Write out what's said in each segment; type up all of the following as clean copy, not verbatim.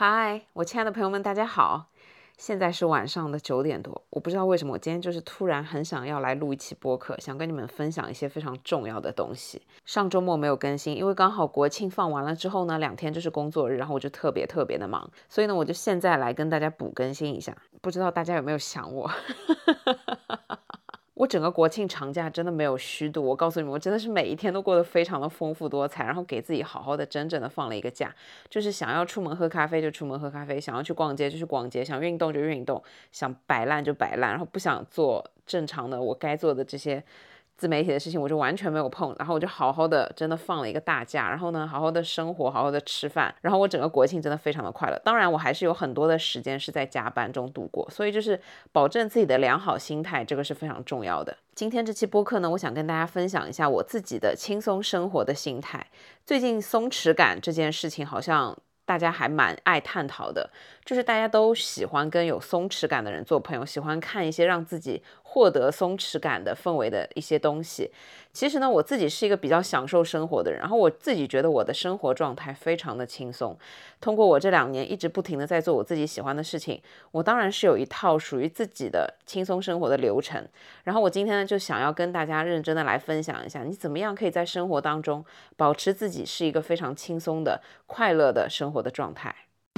嗨，我亲爱的朋友们，大家好！现在是晚上的9点多，我不知道为什么，我今天就是突然很想要来录一期播客，想跟你们分享一些非常重要的东西。上周末没有更新，因为刚好国庆放完了之后呢，2天就是工作日，然后我就特别的忙，所以呢，我就现在来跟大家补更新一下。不知道大家有没有想我？我整个国庆长假真的没有虚度，我告诉你们，我真的是每一天都过得非常的丰富多彩，然后给自己好好的真正的放了一个假，就是想要出门喝咖啡就出门喝咖啡，想要去逛街就去逛街，想运动就运动，想摆烂就摆烂，然后不想做正常的我该做的这些自媒体的事情我就完全没有碰，然后我就好好的真的放了一个大假，然后呢好好的生活，好好的吃饭，然后我整个国庆真的非常的快乐。当然我还是有很多的时间是在加班中度过，所以就是保证自己的良好心态，这个是非常重要的。今天这期播客呢，我想跟大家分享一下我自己的轻松生活的心态。最近松弛感这件事情好像大家还蛮爱探讨的，就是大家都喜欢跟有松弛感的人做朋友，喜欢看一些让自己获得松弛感的氛围的一些东西。其实呢，我自己是一个比较享受生活的人，然后我自己觉得我的生活状态非常的轻松。通过我这2年一直不停的在做我自己喜欢的事情，我当然是有一套属于自己的轻松生活的流程。然后我今天呢，就想要跟大家认真的来分享一下，你怎么样可以在生活当中保持自己是一个非常轻松的、快乐的生活的状态。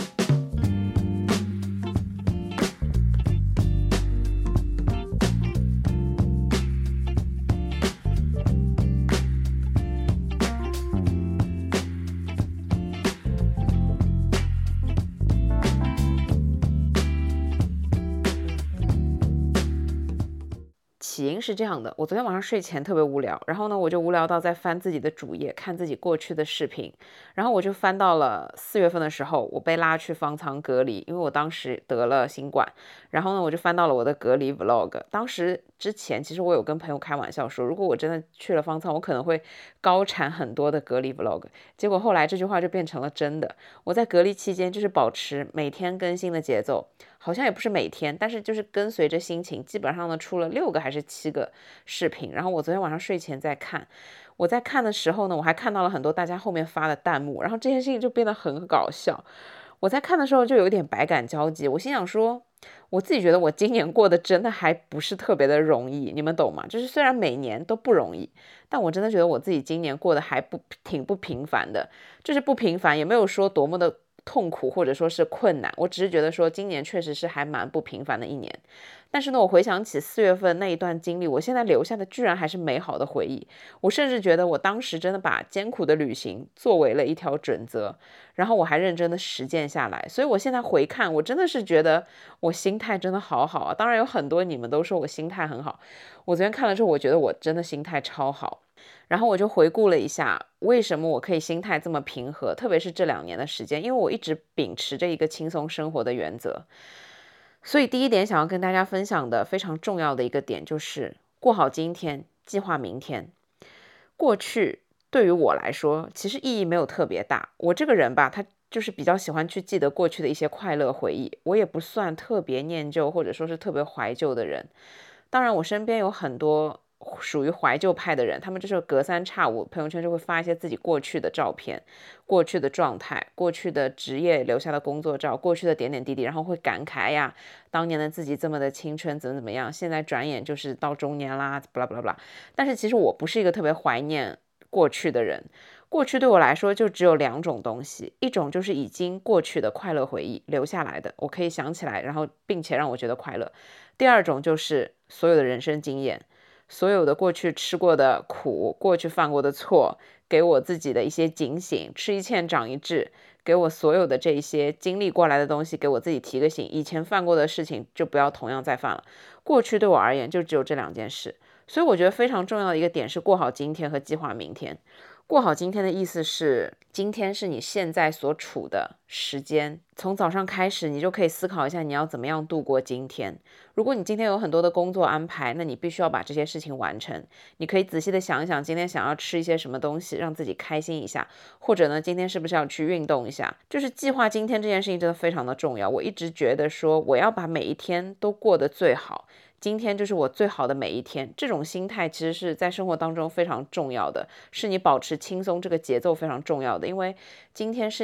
起因是这样的，我昨天晚上睡前特别无聊，然后呢，我就无聊到在翻自己的主页，看自己过去的视频，然后我就翻到了4月份的时候，我被拉去方舱隔离，因为我当时得了新冠，然后呢，我就翻到了我的隔离 vlog。当时之前，其实我有跟朋友开玩笑说，如果我真的去了方舱，我可能会高产很多的隔离 vlog。结果后来这句话就变成了真的。我在隔离期间就是保持每天更新的节奏，好像也不是每天，但是就是跟随着心情，基本上呢出了6个还是7个视频。然后我昨天晚上睡前在看，我在看的时候呢，我还看到了很多大家后面发的弹幕，然后这件事情就变得很搞笑。我在看的时候就有点百感交集，我心想说，我自己觉得我今年过得真的还不是特别的容易，你们懂吗？就是虽然每年都不容易，但我真的觉得我自己今年过得还挺不平凡的，就是不平凡，也没有说多么的痛苦或者说是困难，我只是觉得说今年确实是还蛮不平凡的一年。但是呢，我回想起4月份那一段经历，我现在留下的居然还是美好的回忆。我甚至觉得我当时真的把艰苦的旅行作为了一条准则，然后我还认真的实践下来。所以我现在回看，我真的是觉得我心态真的好好啊。当然有很多你们都说我心态很好，我昨天看了之后，我觉得我真的心态超好。然后我就回顾了一下，为什么我可以心态这么平和，特别是这2年的时间，因为我一直秉持着一个轻松生活的原则。所以第一点想要跟大家分享的非常重要的一个点就是过好今天，计划明天。过去对于我来说其实意义没有特别大，我这个人吧，他就是比较喜欢去记得过去的一些快乐回忆，我也不算特别念旧或者说是特别怀旧的人。当然我身边有很多属于怀旧派的人，他们就是隔三差五朋友圈就会发一些自己过去的照片，过去的状态，过去的职业留下的工作照，过去的点点滴滴，然后会感慨呀，当年的自己这么的青春怎么样，现在转眼就是到中年啦，巴拉巴拉巴拉。但是其实我不是一个特别怀念过去的人，过去对我来说就只有2种东西，一种就是已经过去的快乐回忆留下来的，我可以想起来，然后并且让我觉得快乐。第二种就是所有的人生经验，所有的过去吃过的苦，过去犯过的错，给我自己的一些警醒，吃一堑长一智，给我所有的这些经历过来的东西，给我自己提个醒，以前犯过的事情就不要同样再犯了。过去对我而言就只有这2件事，所以我觉得非常重要的一个点是过好今天和计划明天。过好今天的意思是，今天是你现在所处的时间，从早上开始，你就可以思考一下你要怎么样度过今天。如果你今天有很多的工作安排，那你必须要把这些事情完成。你可以仔细的想一想，今天想要吃一些什么东西，让自己开心一下，或者呢，今天是不是要去运动一下？就是计划今天这件事情真的非常的重要。我一直觉得说，我要把每一天都过得最好。今天就是我最好的每一天，这种心态其实是在生活当中非常重要的，是你保持轻松这个节奏非常重要的，因为今天是你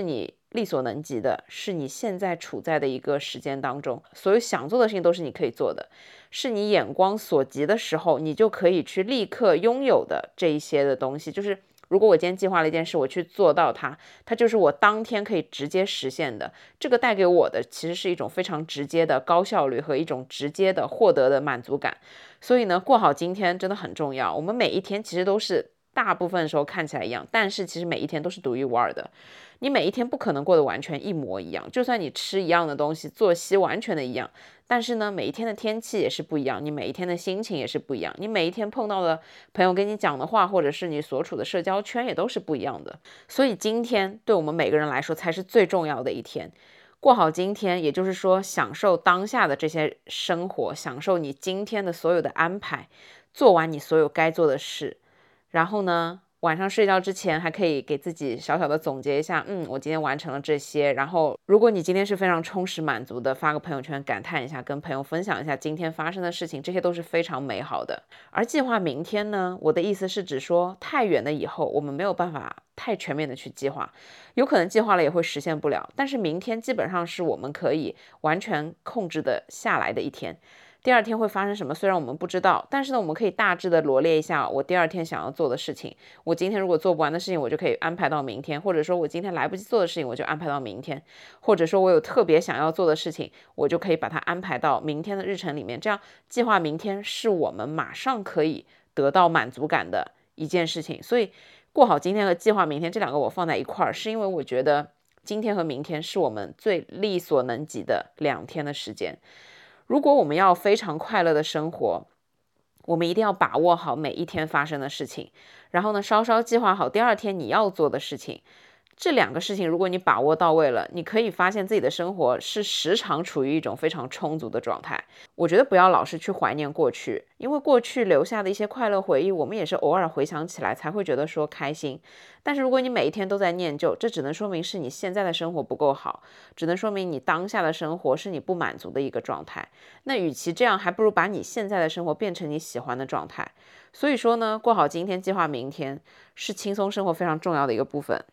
力所能及的，是你现在处在的一个时间当中，所有想做的事情都是你可以做的，是你眼光所及的时候，你就可以去立刻拥有的这一些的东西。就是如果我今天计划了一件事，我去做到它，它就是我当天可以直接实现的。这个带给我的其实是一种非常直接的高效率和一种直接的获得的满足感。所以呢，过好今天真的很重要。我们每一天其实都是大部分时候看起来一样，但是其实每一天都是独一无二的。你每一天不可能过得完全一模一样，就算你吃一样的东西，作息完全的一样，但是呢，每一天的天气也是不一样，你每一天的心情也是不一样，你每一天碰到的朋友跟你讲的话，或者是你所处的社交圈也都是不一样的。所以今天对我们每个人来说才是最重要的一天。过好今天，也就是说享受当下的这些生活，享受你今天的所有的安排，做完你所有该做的事，然后呢，晚上睡觉之前还可以给自己小小的总结一下，我今天完成了这些。然后，如果你今天是非常充实满足的，发个朋友圈感叹一下，跟朋友分享一下今天发生的事情，这些都是非常美好的。而计划明天呢，我的意思是指说，太远的以后我们没有办法太全面的去计划，有可能计划了也会实现不了。但是明天基本上是我们可以完全控制的下来的一天。第二天会发生什么？虽然我们不知道，但是呢，我们可以大致的罗列一下我第二天想要做的事情。我今天如果做不完的事情，我就可以安排到明天；或者说我今天来不及做的事情，我就安排到明天；或者说我有特别想要做的事情，我就可以把它安排到明天的日程里面。这样计划明天是我们马上可以得到满足感的一件事情。所以过好今天和计划明天这两个我放在一块儿，是因为我觉得今天和明天是我们最力所能及的2天的时间。如果我们要非常快乐的生活，我们一定要把握好每一天发生的事情，然后呢，稍稍计划好第二天你要做的事情。这两个事情，如果你把握到位了，你可以发现自己的生活是时常处于一种非常充足的状态。我觉得不要老是去怀念过去，因为过去留下的一些快乐回忆，我们也是偶尔回想起来才会觉得说开心。但是如果你每一天都在念旧，这只能说明是你现在的生活不够好，只能说明你当下的生活是你不满足的一个状态。那与其这样，还不如把你现在的生活变成你喜欢的状态。所以说呢，过好今天，计划明天，是轻松生活非常重要的一个部分。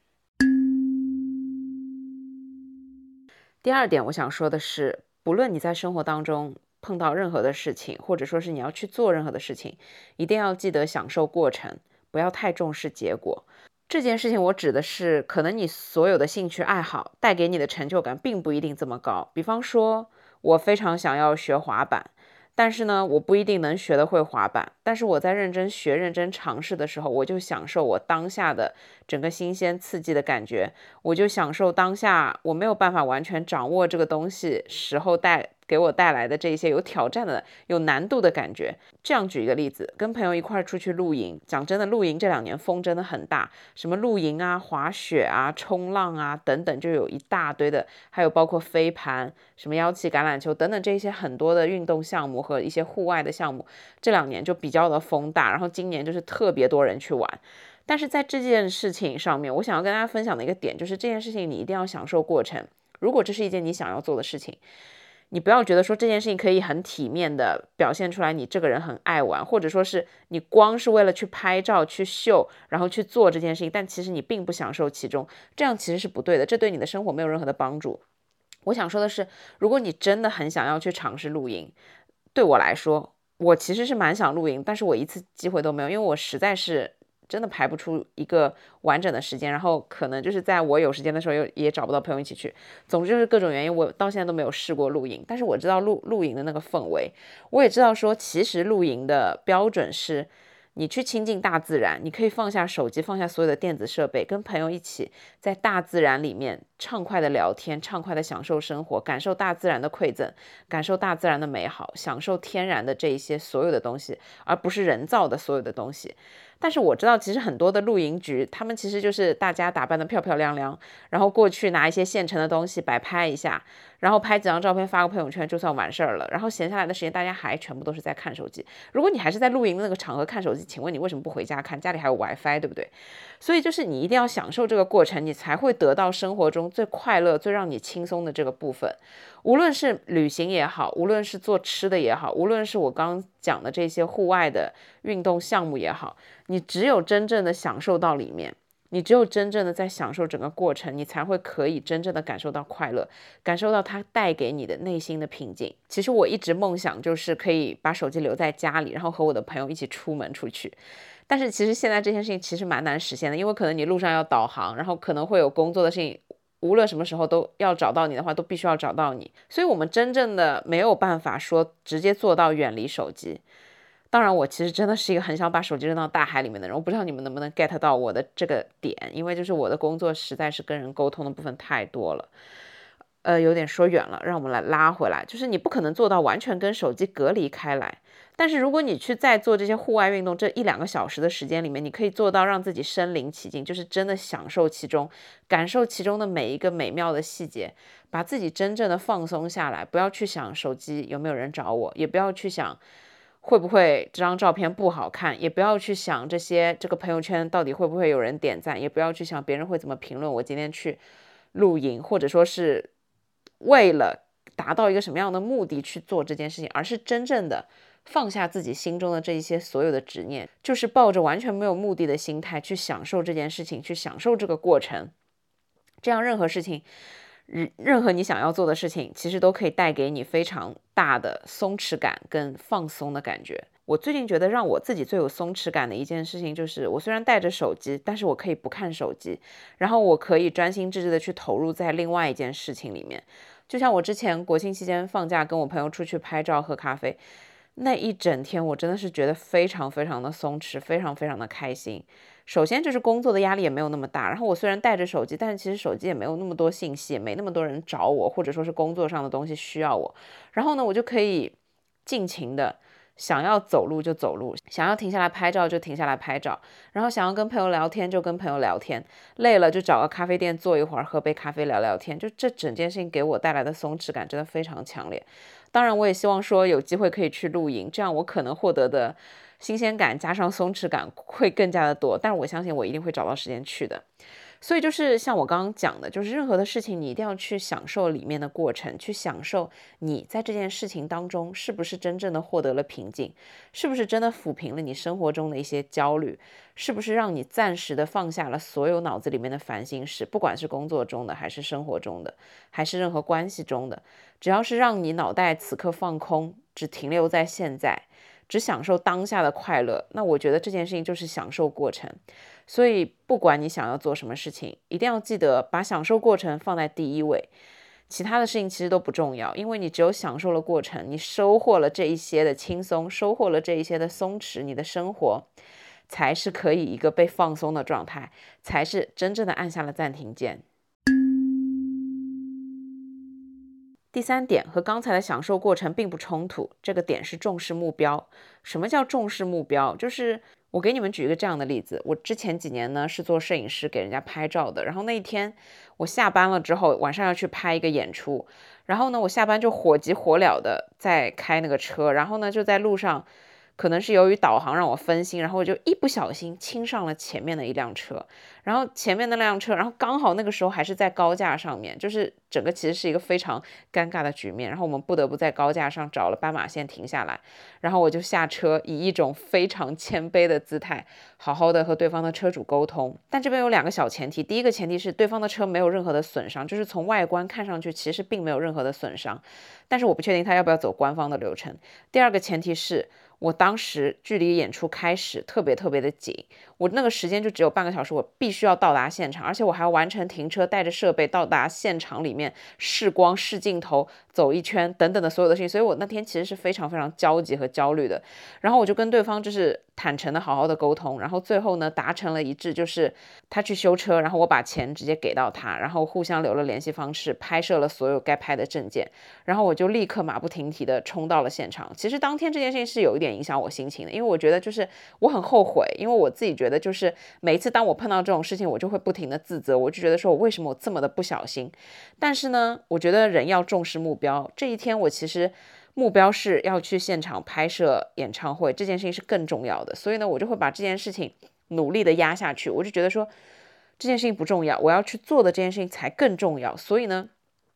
第二点我想说的是，不论你在生活当中碰到任何的事情，或者说是你要去做任何的事情，一定要记得享受过程，不要太重视结果。这件事情我指的是，可能你所有的兴趣爱好带给你的成就感并不一定这么高。比方说，我非常想要学滑板，但是呢，我不一定能学得会滑板。但是我在认真学、认真尝试的时候，我就享受我当下的整个新鲜刺激的感觉，我就享受当下我没有办法完全掌握这个东西时候给我带来的这些有挑战的、有难度的感觉。这样举一个例子，跟朋友一块出去露营，讲真的，露营这2年风真的很大，什么露营啊、滑雪啊、冲浪啊等等，就有一大堆的，还有包括飞盘、什么腰旗橄榄球等等这些很多的运动项目和一些户外的项目，这2年就比较的风大，然后今年就是特别多人去玩。但是在这件事情上面，我想要跟大家分享的一个点就是，这件事情你一定要享受过程。如果这是一件你想要做的事情，你不要觉得说这件事情可以很体面的表现出来你这个人很爱玩，或者说是你光是为了去拍照去秀然后去做这件事情，但其实你并不享受其中，这样其实是不对的，这对你的生活没有任何的帮助。我想说的是，如果你真的很想要去尝试露营，对我来说，我其实是蛮想露营，但是我一次机会都没有，因为我实在是真的排不出一个完整的时间，然后可能就是在我有时间的时候也找不到朋友一起去。总之就是各种原因，我到现在都没有试过露营。但是我知道露营的那个氛围，我也知道说，其实露营的标准是你去亲近大自然，你可以放下手机，放下所有的电子设备，跟朋友一起在大自然里面畅快的聊天，畅快的享受生活，感受大自然的馈赠，感受大自然的美好，享受天然的这一些所有的东西，而不是人造的所有的东西。但是我知道，其实很多的露营局，他们其实就是大家打扮得漂漂亮亮，然后过去拿一些现成的东西摆拍一下，然后拍几张照片发个朋友圈就算完事儿了。然后闲下来的时间，大家还全部都是在看手机。如果你还是在露营的那个场合看手机，请问你为什么不回家看？家里还有 WiFi， 对不对？所以就是你一定要享受这个过程，你才会得到生活中最快乐、最让你轻松的这个部分。无论是旅行也好，无论是做吃的也好，无论是我刚讲的这些户外的运动项目也好，你只有真正的享受到里面， 你只有真正的在享受整个过程，你才会可以真正的感受到快乐，感受到它带给你的内心的平静。其实我一直梦想就是可以把手机留在家里，然后和我的朋友一起出门出去。但是其实现在这件事情其实蛮难实现的，因为可能你路上要导航，然后可能会有工作的事情，无论什么时候都要找到你的话，都必须要找到你。所以我们真正的没有办法说直接做到远离手机。当然，我其实真的是一个很想把手机扔到大海里面的人，我不知道你们能不能 get 到我的这个点，因为就是我的工作实在是跟人沟通的部分太多了。有点说远了，让我们来拉回来，就是你不可能做到完全跟手机隔离开来，但是如果你去在做这些户外运动，这1-2个小时的时间里面，你可以做到让自己身临其境，就是真的享受其中，感受其中的每一个美妙的细节，把自己真正的放松下来，不要去想手机有没有人找我，也不要去想会不会这张照片不好看，也不要去想这个朋友圈到底会不会有人点赞，也不要去想别人会怎么评论我今天去露营，或者说是为了达到一个什么样的目的去做这件事情，而是真正的放下自己心中的这一些所有的执念，就是抱着完全没有目的的心态去享受这件事情，去享受这个过程。这样任何事情，任何你想要做的事情，其实都可以带给你非常大的松弛感跟放松的感觉。我最近觉得让我自己最有松弛感的一件事情，就是我虽然带着手机，但是我可以不看手机，然后我可以专心致志的去投入在另外一件事情里面。就像我之前国庆期间放假跟我朋友出去拍照喝咖啡，那一整天我真的是觉得非常非常的松弛，非常非常的开心。首先就是工作的压力也没有那么大，然后我虽然带着手机，但是其实手机也没有那么多信息，也没那么多人找我，或者说是工作上的东西需要我。然后呢，我就可以尽情的想要走路就走路，想要停下来拍照就停下来拍照，然后想要跟朋友聊天就跟朋友聊天，累了就找个咖啡店坐一会儿，喝杯咖啡聊聊天。就这整件事情给我带来的松弛感真的非常强烈。当然，我也希望说有机会可以去露营，这样我可能获得的新鲜感加上松弛感会更加的多，但是我相信我一定会找到时间去的。所以就是像我刚刚讲的，就是任何的事情你一定要去享受里面的过程，去享受你在这件事情当中是不是真正的获得了平静，是不是真的抚平了你生活中的一些焦虑，是不是让你暂时的放下了所有脑子里面的烦心事，不管是工作中的还是生活中的，还是任何关系中的，只要是让你脑袋此刻放空，只停留在现在，只享受当下的快乐，那我觉得这件事情就是享受过程。所以不管你想要做什么事情，一定要记得把享受过程放在第一位，其他的事情其实都不重要，因为你只有享受了过程，你收获了这一些的轻松，收获了这一些的松弛，你的生活才是可以一个被放松的状态，才是真正的按下了暂停键。第3点和刚才的享受过程并不冲突，这个点是重视目标。什么叫重视目标？就是我给你们举一个这样的例子，我之前几年呢是做摄影师给人家拍照的，然后那一天我下班了之后，晚上要去拍一个演出，然后呢我下班就火急火燎的在开那个车，然后呢就在路上，可能是由于导航让我分心，然后我就一不小心亲上了前面的一辆车，然后前面那辆车，然后刚好那个时候还是在高架上面，就是整个其实是一个非常尴尬的局面，然后我们不得不在高架上找了斑马线停下来，然后我就下车，以一种非常谦卑的姿态，好好的和对方的车主沟通。但这边有2个小前提，第一个前提是对方的车没有任何的损伤，就是从外观看上去其实并没有任何的损伤，但是我不确定他要不要走官方的流程。第2个前提是我当时距离演出开始特别特别的紧，我那个时间就只有半个小时，我必须要到达现场，而且我还要完成停车，带着设备到达现场里面试光、试镜头、走一圈等等的所有的事情，所以我那天其实是非常非常焦急和焦虑的。然后我就跟对方就是坦诚的好好的沟通，然后最后呢达成了一致，就是他去修车，然后我把钱直接给到他，然后互相留了联系方式，拍摄了所有该拍的证件，然后我就立刻马不停蹄的冲到了现场。其实当天这件事情是有一点影响我心情的，因为我觉得就是我很后悔，因为我自己觉得就是每一次当我碰到这种事情，我就会不停的自责，我就觉得说我为什么我这么的不小心。但是呢，我觉得人要重视目标，这一天我其实目标是要去现场拍摄演唱会，这件事情是更重要的，所以呢我就会把这件事情努力的压下去，我就觉得说这件事情不重要，我要去做的这件事情才更重要。所以呢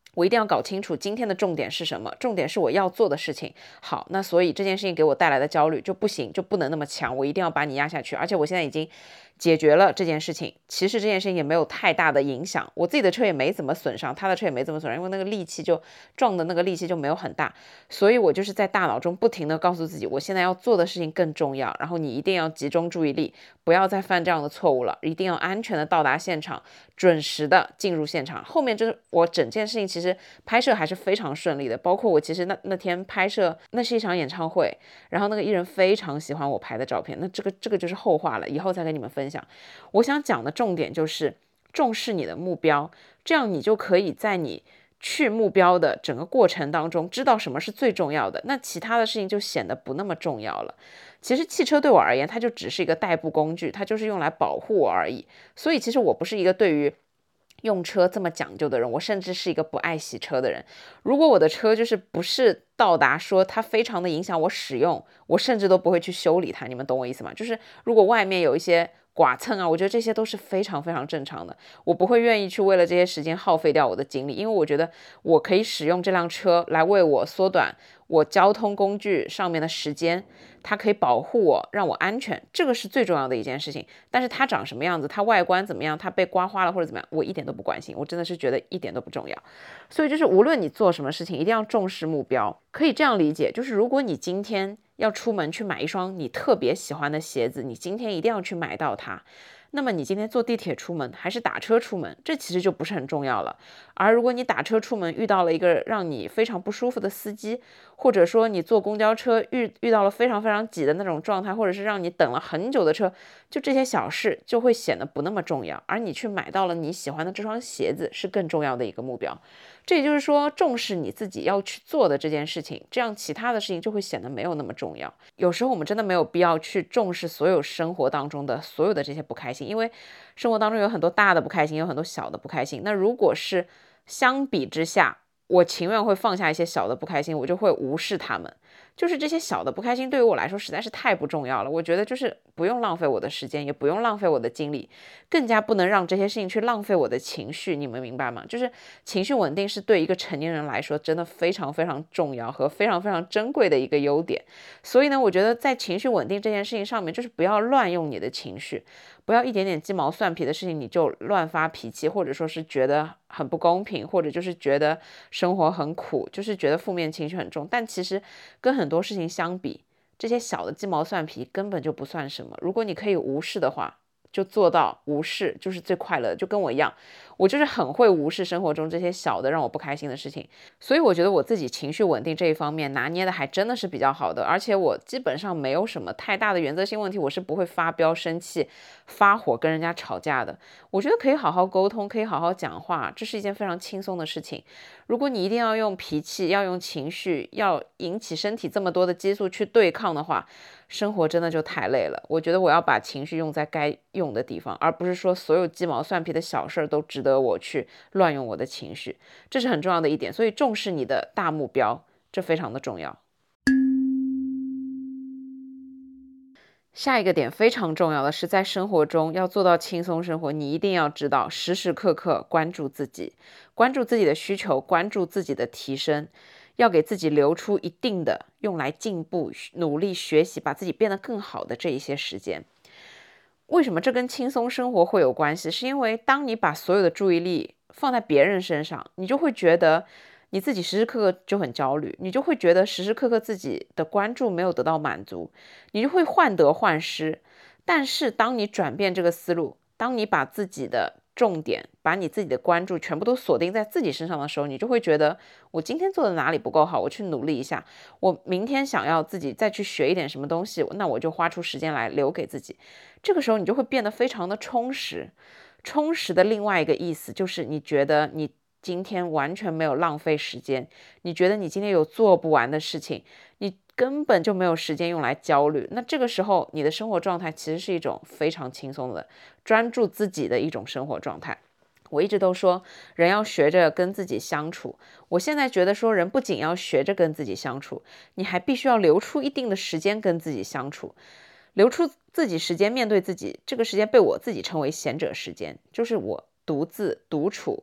我一定要搞清楚今天的重点是什么，重点是我要做的事情。好，那所以这件事情给我带来的焦虑就不行，就不能那么强，我一定要把你压下去。而且我现在已经解决了这件事情，其实这件事情也没有太大的影响，我自己的车也没怎么损伤，他的车也没怎么损伤，因为那个力气就撞的那个力气就没有很大，所以我就是在大脑中不停的告诉自己，我现在要做的事情更重要，然后你一定要集中注意力，不要再犯这样的错误了，一定要安全的到达现场，准时的进入现场。后面就是我整件事情其实拍摄还是非常顺利的，包括我其实那天拍摄那是一场演唱会，然后那个艺人非常喜欢我拍的照片，那这个就是后话了，以后再跟你们分享。我想讲的重点就是重视你的目标，这样你就可以在你去目标的整个过程当中知道什么是最重要的，那其他的事情就显得不那么重要了。其实汽车对我而言，它就只是一个代步工具，它就是用来保护我而已。所以其实我不是一个对于用车这么讲究的人，我甚至是一个不爱洗车的人。如果我的车就是不是到达说它非常的影响我使用，我甚至都不会去修理它，你们懂我意思吗？就是如果外面有一些剐蹭啊，我觉得这些都是非常非常正常的，我不会愿意去为了这些时间耗费掉我的精力，因为我觉得我可以使用这辆车来为我缩短我交通工具上面的时间，它可以保护我，让我安全，这个是最重要的一件事情。但是它长什么样子，它外观怎么样，它被刮花了或者怎么样，我一点都不关心，我真的是觉得一点都不重要。所以就是无论你做什么事情，一定要重视目标。可以这样理解，就是如果你今天要出门去买一双你特别喜欢的鞋子，你今天一定要去买到它，那么你今天坐地铁出门还是打车出门，这其实就不是很重要了。而如果你打车出门遇到了一个让你非常不舒服的司机，或者说你坐公交车遇到了非常非常挤的那种状态，或者是让你等了很久的车，就这些小事就会显得不那么重要，而你去买到了你喜欢的这双鞋子是更重要的一个目标。这也就是说，重视你自己要去做的这件事情，这样其他的事情就会显得没有那么重要。有时候我们真的没有必要去重视所有生活当中的所有的这些不开心，因为生活当中有很多大的不开心，有很多小的不开心。那如果是相比之下，我情愿会放下一些小的不开心，我就会无视他们。就是这些小的不开心对于我来说实在是太不重要了，我觉得就是不用浪费我的时间，也不用浪费我的精力，更加不能让这些事情去浪费我的情绪，你们明白吗？就是情绪稳定是对一个成年人来说真的非常非常重要和非常非常珍贵的一个优点。所以呢，我觉得在情绪稳定这件事情上面，就是不要乱用你的情绪，不要一点点鸡毛蒜皮的事情你就乱发脾气，或者说是觉得很不公平，或者就是觉得生活很苦，就是觉得负面情绪很重。但其实跟很多事情相比，这些小的鸡毛蒜皮根本就不算什么。如果你可以无视的话，就做到无视，就是最快乐的。就跟我一样，我就是很会无视生活中这些小的让我不开心的事情。所以我觉得我自己情绪稳定这一方面拿捏的还真的是比较好的，而且我基本上没有什么太大的原则性问题，我是不会发飙、生气、发火跟人家吵架的。我觉得可以好好沟通，可以好好讲话，这是一件非常轻松的事情。如果你一定要用脾气、要用情绪、要引起身体这么多的激素去对抗的话，生活真的就太累了。我觉得我要把情绪用在该用的地方，而不是说所有鸡毛蒜皮的小事都值得我去乱用我的情绪，这是很重要的一点。所以重视你的大目标，这非常的重要。下一个点非常重要的是，在生活中要做到轻松生活，你一定要知道时时刻刻关注自己，关注自己的需求，关注自己的提升，要给自己留出一定的用来进步、努力学习，把自己变得更好的这一些时间。为什么这跟轻松生活会有关系？是因为当你把所有的注意力放在别人身上，你就会觉得你自己时时刻刻就很焦虑，你就会觉得时时刻刻自己的关注没有得到满足，你就会患得患失。但是当你转变这个思路，当你把自己的重点，把你自己的关注全部都锁定在自己身上的时候，你就会觉得我今天做的哪里不够好，我去努力一下。我明天想要自己再去学一点什么东西，那我就花出时间来留给自己。这个时候你就会变得非常的充实。充实的另外一个意思就是你觉得你今天完全没有浪费时间，你觉得你今天有做不完的事情，你根本就没有时间用来焦虑。那这个时候你的生活状态其实是一种非常轻松的专注自己的一种生活状态。我一直都说人要学着跟自己相处，我现在觉得说人不仅要学着跟自己相处，你还必须要留出一定的时间跟自己相处，留出自己时间面对自己。这个时间被我自己称为闲者时间，就是我独自独处，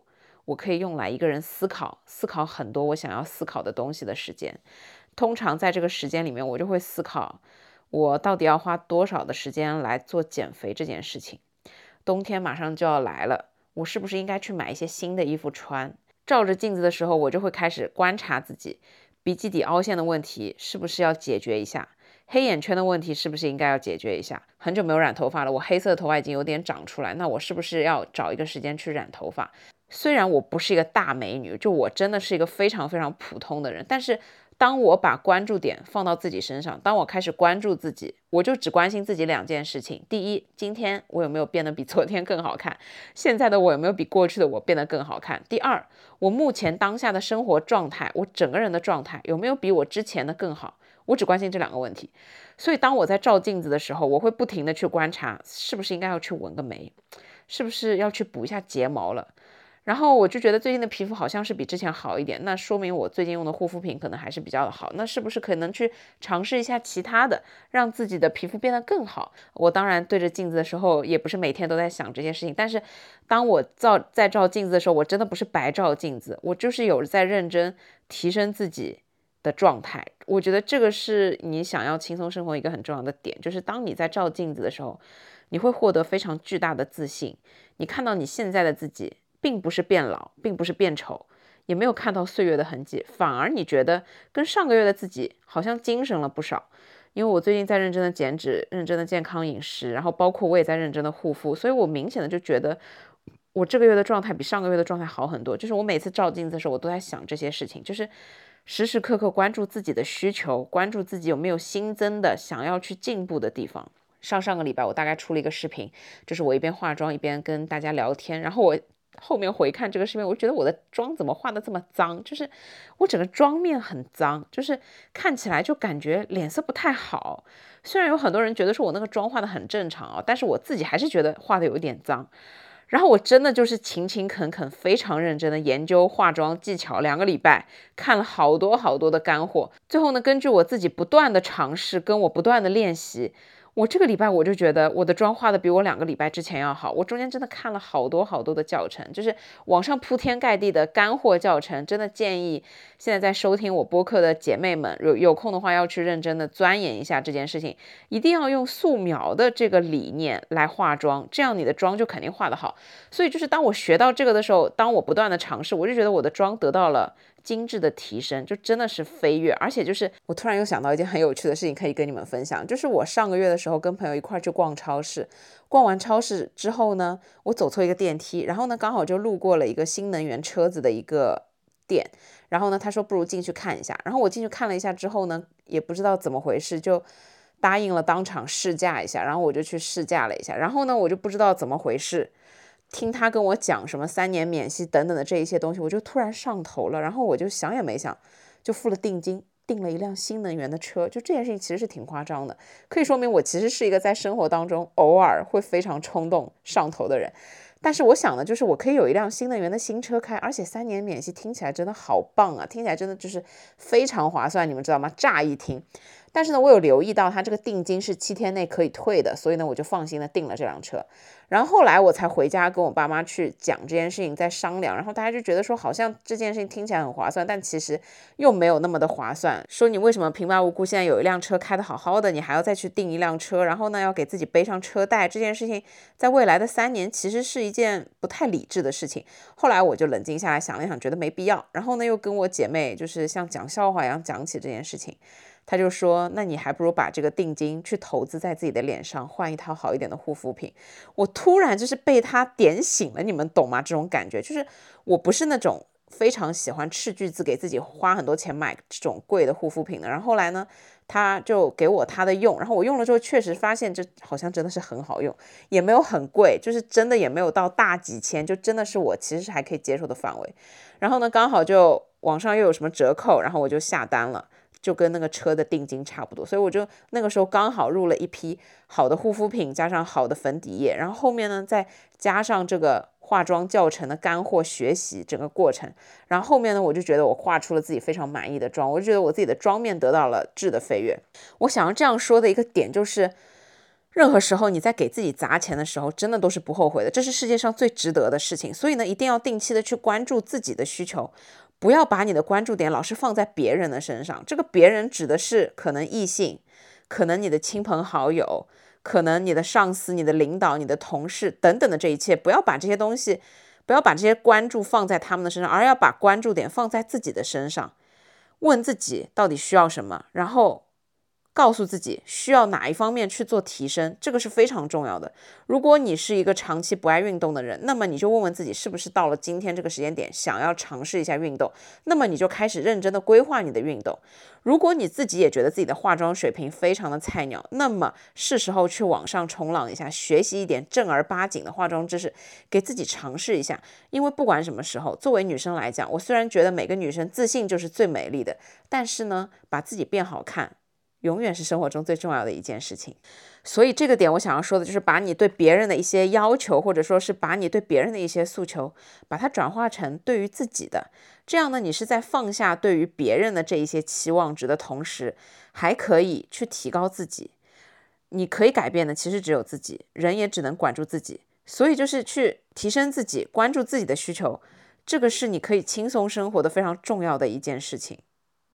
我可以用来一个人思考很多我想要思考的东西的时间。通常在这个时间里面，我就会思考我到底要花多少的时间来做减肥这件事情。冬天马上就要来了，我是不是应该去买一些新的衣服穿？照着镜子的时候，我就会开始观察自己，鼻基底凹陷的问题是不是要解决一下？黑眼圈的问题是不是应该要解决一下？很久没有染头发了，我黑色的头发已经有点长出来，那我是不是要找一个时间去染头发？虽然我不是一个大美女，就我真的是一个非常非常普通的人，但是当我把关注点放到自己身上，当我开始关注自己，我就只关心自己2件事情。第一，今天我有没有变得比昨天更好看？现在的我有没有比过去的我变得更好看？第二，我目前当下的生活状态，我整个人的状态有没有比我之前的更好？我只关心这2个问题。所以当我在照镜子的时候，我会不停的去观察，是不是应该要去纹个眉，是不是要去补一下睫毛了。然后我就觉得最近的皮肤好像是比之前好一点，那说明我最近用的护肤品可能还是比较的好，那是不是可能去尝试一下其他的，让自己的皮肤变得更好？我当然对着镜子的时候也不是每天都在想这些事情，但是当我在照镜子的时候，我真的不是白照镜子，我就是有在认真提升自己的状态。我觉得这个是你想要轻松生活一个很重要的点，就是当你在照镜子的时候，你会获得非常巨大的自信，你看到你现在的自己并不是变老，并不是变丑，也没有看到岁月的痕迹，反而你觉得跟上个月的自己好像精神了不少。因为我最近在认真的减脂，认真的健康饮食，然后包括我也在认真的护肤，所以我明显的就觉得我这个月的状态比上个月的状态好很多。就是我每次照镜子的时候，我都在想这些事情，就是时时刻刻关注自己的需求，关注自己有没有新增的想要去进步的地方。上个礼拜我大概出了一个视频，就是我一边化妆一边跟大家聊天，然后我后面回看这个视频，我觉得我的妆怎么画的这么脏，就是我整个妆面很脏，就是看起来就感觉脸色不太好。虽然有很多人觉得说我那个妆画的很正常啊，但是我自己还是觉得画的有一点脏。然后我真的就是勤勤恳恳非常认真的研究化妆技巧2个礼拜，看了好多好多的干货，最后呢根据我自己不断的尝试跟我不断的练习，我这个礼拜我就觉得我的妆化的比我2个礼拜之前要好。我中间真的看了好多好多的教程，就是网上铺天盖地的干货教程，真的建议现在在收听我播客的姐妹们有空的话要去认真的钻研一下这件事情，一定要用素描的这个理念来化妆，这样你的妆就肯定化得好。所以就是当我学到这个的时候，当我不断的尝试，我就觉得我的妆得到了精致的提升，就真的是飞跃。而且就是我突然又想到一件很有趣的事情可以跟你们分享，就是我上个月的时候跟朋友一块去逛超市，逛完超市之后呢，我走错一个电梯，然后呢刚好就路过了一个新能源车子的一个店，然后呢他说不如进去看一下，然后我进去看了一下之后呢，也不知道怎么回事就答应了当场试驾一下，然后我就去试驾了一下，然后呢我就不知道怎么回事，听他跟我讲什么3年免息等等的这一些东西，我就突然上头了，然后我就想也没想就付了定金，订了一辆新能源的车。就这件事情其实是挺夸张的，可以说明我其实是一个在生活当中偶尔会非常冲动上头的人。但是我想的就是我可以有一辆新能源的新车开，而且3年免息听起来真的好棒啊，听起来真的就是非常划算，你们知道吗？乍一听。但是呢，我有留意到它这个定金是7天内可以退的，所以呢，我就放心的订了这辆车。然后后来我才回家跟我爸妈去讲这件事情，在商量，然后大家就觉得说好像这件事情听起来很划算，但其实又没有那么的划算。说你为什么平白无故现在有一辆车开得好好的，你还要再去订一辆车，然后呢要给自己背上车贷，这件事情在未来的3年其实是一件不太理智的事情。后来我就冷静下来想了想，觉得没必要，然后呢又跟我姐妹就是像讲笑话一样讲起这件事情。他就说那你还不如把这个定金去投资在自己的脸上，换一套好一点的护肤品。我突然就是被他点醒了，你们懂吗？这种感觉就是我不是那种非常喜欢斥巨资给自己花很多钱买这种贵的护肤品的。然后后来呢他就给我他的用，然后我用了之后确实发现这好像真的是很好用，也没有很贵，就是真的也没有到大几千，就真的是我其实是还可以接受的范围。然后呢刚好就网上又有什么折扣，然后我就下单了，就跟那个车的定金差不多，所以我就那个时候刚好入了一批好的护肤品，加上好的粉底液，然后后面呢再加上这个化妆教程的干货学习整个过程，然后后面呢我就觉得我画出了自己非常满意的妆，我就觉得我自己的妆面得到了质的飞跃。我想要这样说的一个点就是任何时候你在给自己砸钱的时候，真的都是不后悔的，这是世界上最值得的事情。所以呢，一定要定期的去关注自己的需求，不要把你的关注点老是放在别人的身上。这个别人指的是可能异性，可能你的亲朋好友，可能你的上司、你的领导、你的同事等等的这一切，不要把这些东西，不要把这些关注放在他们的身上，而要把关注点放在自己的身上，问自己到底需要什么，然后告诉自己需要哪一方面去做提升，这个是非常重要的。如果你是一个长期不爱运动的人，那么你就问问自己是不是到了今天这个时间点想要尝试一下运动，那么你就开始认真的规划你的运动。如果你自己也觉得自己的化妆水平非常的菜鸟，那么是时候去网上冲浪一下，学习一点正儿八经的化妆知识，给自己尝试一下。因为不管什么时候，作为女生来讲，我虽然觉得每个女生自信就是最美丽的，但是呢，把自己变好看永远是生活中最重要的一件事情。所以这个点我想要说的就是，把你对别人的一些要求，或者说是把你对别人的一些诉求，把它转化成对于自己的。这样呢，你是在放下对于别人的这一些期望值的同时，还可以去提高自己。你可以改变的其实只有自己，人也只能管住自己。所以就是去提升自己，关注自己的需求，这个是你可以轻松生活的非常重要的一件事情。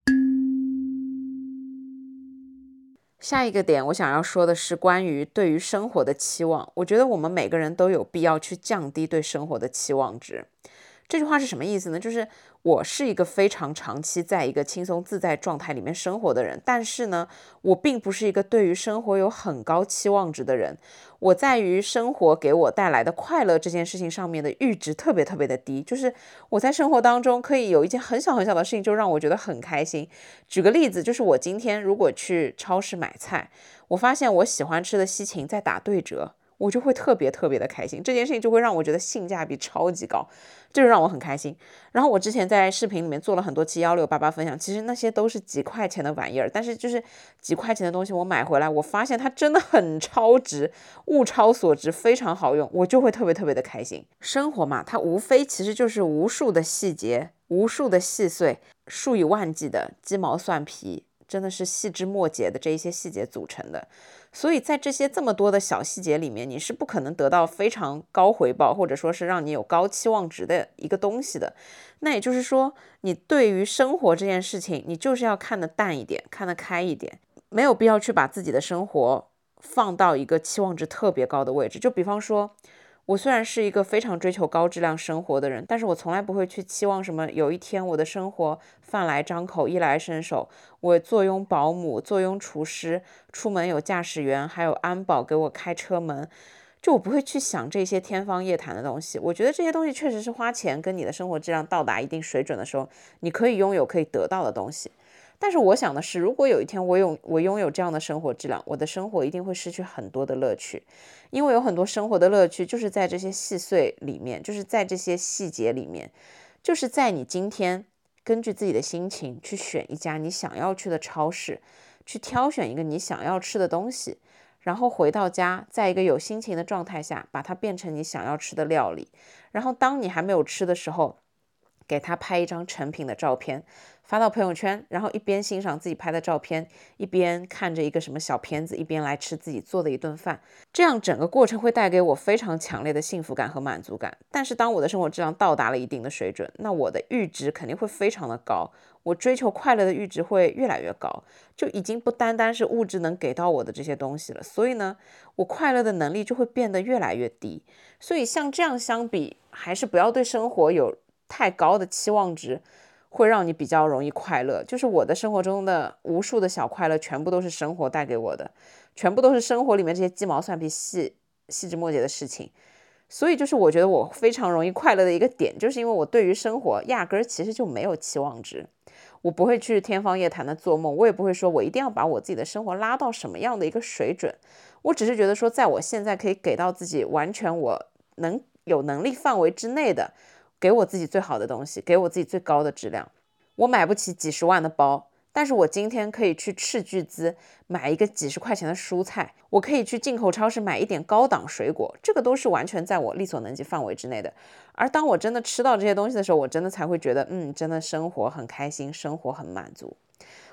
下一个点我想要说的是关于对于生活的期望。我觉得我们每个人都有必要去降低对生活的期望值。这句话是什么意思呢？就是我是一个非常长期在一个轻松自在状态里面生活的人，但是呢，我并不是一个对于生活有很高期望值的人。我在于生活给我带来的快乐这件事情上面的阈值特别特别的低，就是我在生活当中可以有一件很小很小的事情就让我觉得很开心。举个例子，就是我今天如果去超市买菜，我发现我喜欢吃的西芹在打对折，我就会特别特别的开心，这件事情就会让我觉得性价比超级高，这就让我很开心。然后我之前在视频里面做了很多期1688分享，其实那些都是几块钱的玩意儿，但是就是几块钱的东西我买回来，我发现它真的很超值，物超所值，非常好用，我就会特别特别的开心。生活嘛，它无非其实就是无数的细节，无数的细碎，数以万计的鸡毛蒜皮，真的是细枝末节的这一些细节组成的。所以在这些这么多的小细节里面，你是不可能得到非常高回报，或者说是让你有高期望值的一个东西的。那也就是说，你对于生活这件事情，你就是要看得淡一点，看得开一点，没有必要去把自己的生活放到一个期望值特别高的位置。就比方说，我虽然是一个非常追求高质量生活的人，但是我从来不会去期望什么有一天我的生活饭来张口，衣来伸手，我坐拥保姆，坐拥厨师，出门有驾驶员，还有安保给我开车门，就我不会去想这些天方夜谭的东西。我觉得这些东西确实是花钱跟你的生活质量到达一定水准的时候，你可以拥有可以得到的东西。但是我想的是，如果有一天我拥有这样的生活质量，我的生活一定会失去很多的乐趣，因为有很多生活的乐趣就是在这些细碎里面，就是在这些细节里面，就是在你今天根据自己的心情去选一家你想要去的超市，去挑选一个你想要吃的东西，然后回到家，在一个有心情的状态下，把它变成你想要吃的料理，然后当你还没有吃的时候，给他拍一张成品的照片，发到朋友圈，然后一边欣赏自己拍的照片，一边看着一个什么小片子，一边来吃自己做的一顿饭。这样整个过程会带给我非常强烈的幸福感和满足感。但是当我的生活质量到达了一定的水准，那我的阈值肯定会非常的高，我追求快乐的阈值会越来越高，就已经不单单是物质能给到我的这些东西了。所以呢，我快乐的能力就会变得越来越低。所以像这样相比，还是不要对生活有太高的期望值，会让你比较容易快乐。就是我的生活中的无数的小快乐，全部都是生活带给我的，全部都是生活里面这些鸡毛蒜皮细枝末节的事情。所以就是我觉得我非常容易快乐的一个点，就是因为我对于生活压根儿其实就没有期望值，我不会去天方夜谭的做梦，我也不会说我一定要把我自己的生活拉到什么样的一个水准，我只是觉得说，在我现在可以给到自己完全我能有能力范围之内的，给我自己最好的东西，给我自己最高的质量。我买不起几十万的包，但是我今天可以去斥巨资买一个几十块钱的蔬菜，我可以去进口超市买一点高档水果，这个都是完全在我力所能及范围之内的。而当我真的吃到这些东西的时候，我真的才会觉得真的生活很开心，生活很满足。